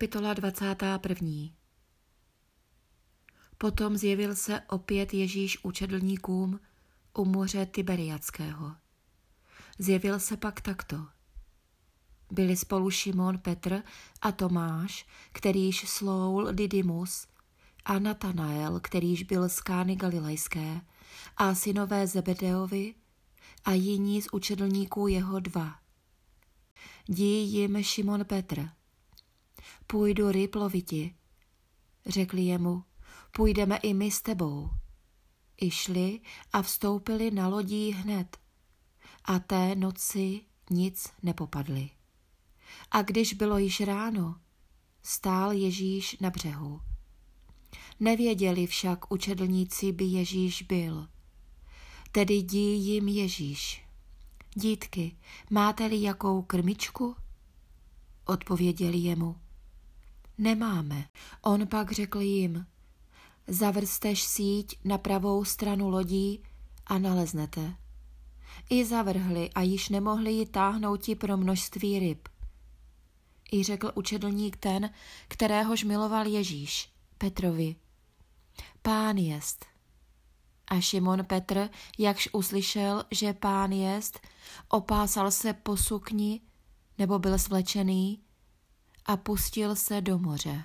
Kapitola 21. Potom zjevil se opět Ježíš učedlníkům u moře Tiberiadského. Zjevil se pak takto. Byli spolu Šimon Petr a Tomáš, kterýž sloul Didymus, a Natanael, kterýž byl z Kány Galilejské, a synové Zebedeovi a jiní z učedlníků jeho 2. Dí jim Šimon Petr: Půjdu ryb loviti. Řekli jemu: Půjdeme i my s tebou. I šli a vstoupili na lodí hned. A té noci nic nepopadli. A když bylo již ráno, stál Ježíš na břehu. Nevěděli však učedlníci, by Ježíš byl. Tedy dí jim Ježíš: Dítky, máte-li jakou krmičku? Odpověděli jemu: Nemáme. On pak řekl jim: Zavrsteš síť na pravou stranu lodí a naleznete. I zavrhli a již nemohli ji táhnouti pro množství ryb. I řekl učedlník ten, kteréhož miloval Ježíš, Petrovi: Pán jest. A Šimon Petr, jakž uslyšel, že Pán jest, opásal se po sukni, nebo byl svlečený, a pustil se do moře.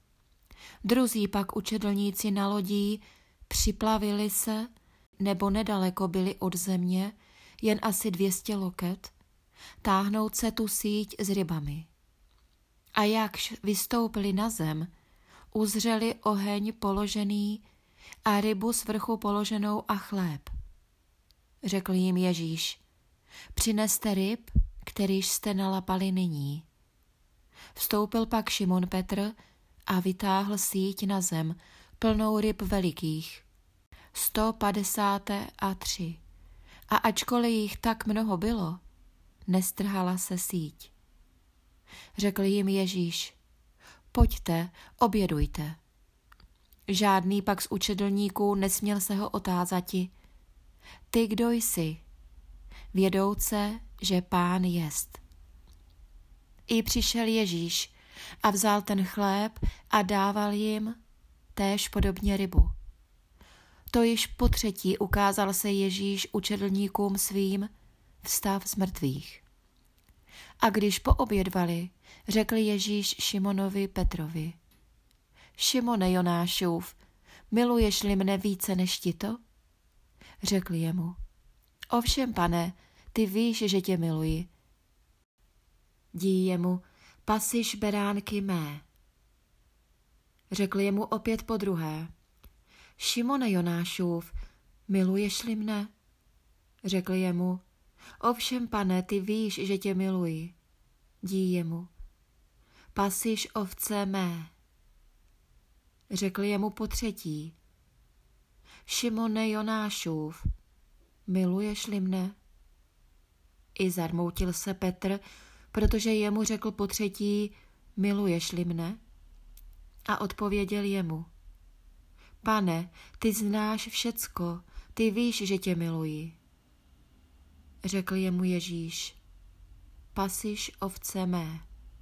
Druzí pak učedlníci na lodí připlavili se, nebo nedaleko byli od země, jen asi 200 loket, táhnout se tu síť s rybami. A jakž vystoupili na zem, uzřeli oheň položený a rybu z vrchu položenou a chléb. Řekl jim Ježíš: Přineste ryb, kterýž jste nalapali nyní. Vstoupil pak Šimon Petr a vytáhl síť na zem, plnou ryb velikých, 153. A ačkoliv jich tak mnoho bylo, nestrhala se síť. Řekl jim Ježíš: Pojďte, obědujte. Žádný pak z učedlníků nesměl se ho otázati: Ty kdo jsi? Vědouce, že Pán jest. I přišel Ježíš a vzal ten chléb a dával jim též podobně rybu. To již potřetí ukázal se Ježíš učedlníkům svým vstav z mrtvých. A když poobědvali, řekl Ježíš Šimonovi Petrovi: Šimone Jonášův, miluješ-li mne více než tito? Řekl jemu: Ovšem, Pane, ty víš, že tě miluji. Dí jemu: Pasiš beránky mé. Řekl jemu opět podruhé: Šimone Jonášův, miluješ-li mne? Řekl jemu: Ovšem, Pane, ty víš, že tě miluji. Dí jemu: Pasiš ovce mé. Řekl jemu potřetí: Šimone Jonášův, miluješ-li mne? I zarmoutil se Petr, protože jemu řekl potřetí: Miluješ-li mne? A odpověděl jemu: Pane, ty znáš všecko, ty víš, že tě miluji. Řekl jemu Ježíš: Pasiš ovce mé.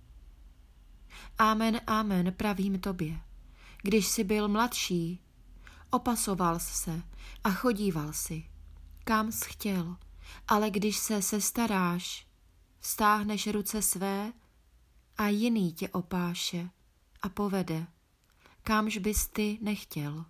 Amen, amen, pravím tobě. Když jsi byl mladší, opasoval jsi se a chodíval si, kam jsi chtěl, ale když se sestaráš, vztáhneš ruce své a jiný tě opáše a povede, kamž bys ty nechtěl.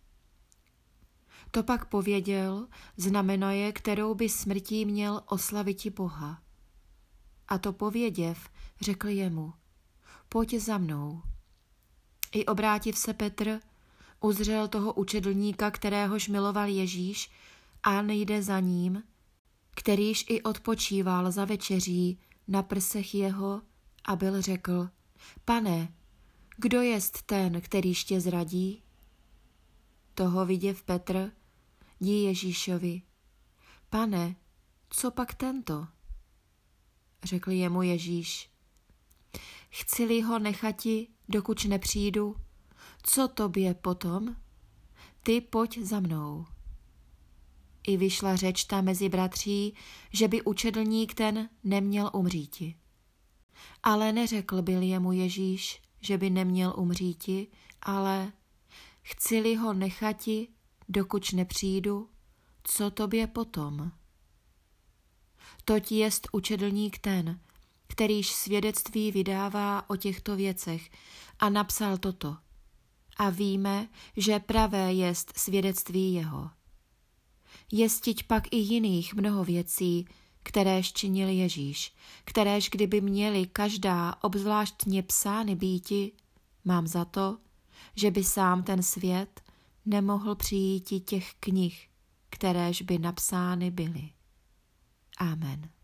To pak pověděl, znamenaje, kterou by smrtí měl oslaviti Boha. A to pověděv, řekl jemu: Pojď za mnou. I obrátiv se Petr, uzřel toho učedlníka, kteréhož miloval Ježíš, a nejde za ním, kterýž i odpočíval za večeří na prsech jeho, a byl řekl: Pane, kdo jest ten, kterýž tě zradí? Toho viděv Petr, dí Ježíšovi: Pane, co pak tento? Řekl jemu Ježíš: Chci-li ho nechati, dokud nepřijdu, co tobě potom? Ty pojď za mnou. I vyšla řeč ta mezi bratří, že by učedlník ten neměl umříti. Ale neřekl byl jemu Ježíš, že by neměl umříti, ale chci-li ho nechati, dokud nepřijdu, co tobě potom? Toť jest učedlník ten, kterýž svědectví vydává o těchto věcech a napsal toto. A víme, že pravé jest svědectví jeho. Jestiť pak i jiných mnoho věcí, kteréž činil Ježíš, kteréž kdyby měli každá obzvláštně psány býti, mám za to, že by sám ten svět nemohl přijíti těch knih, kteréž by napsány byly. Amen.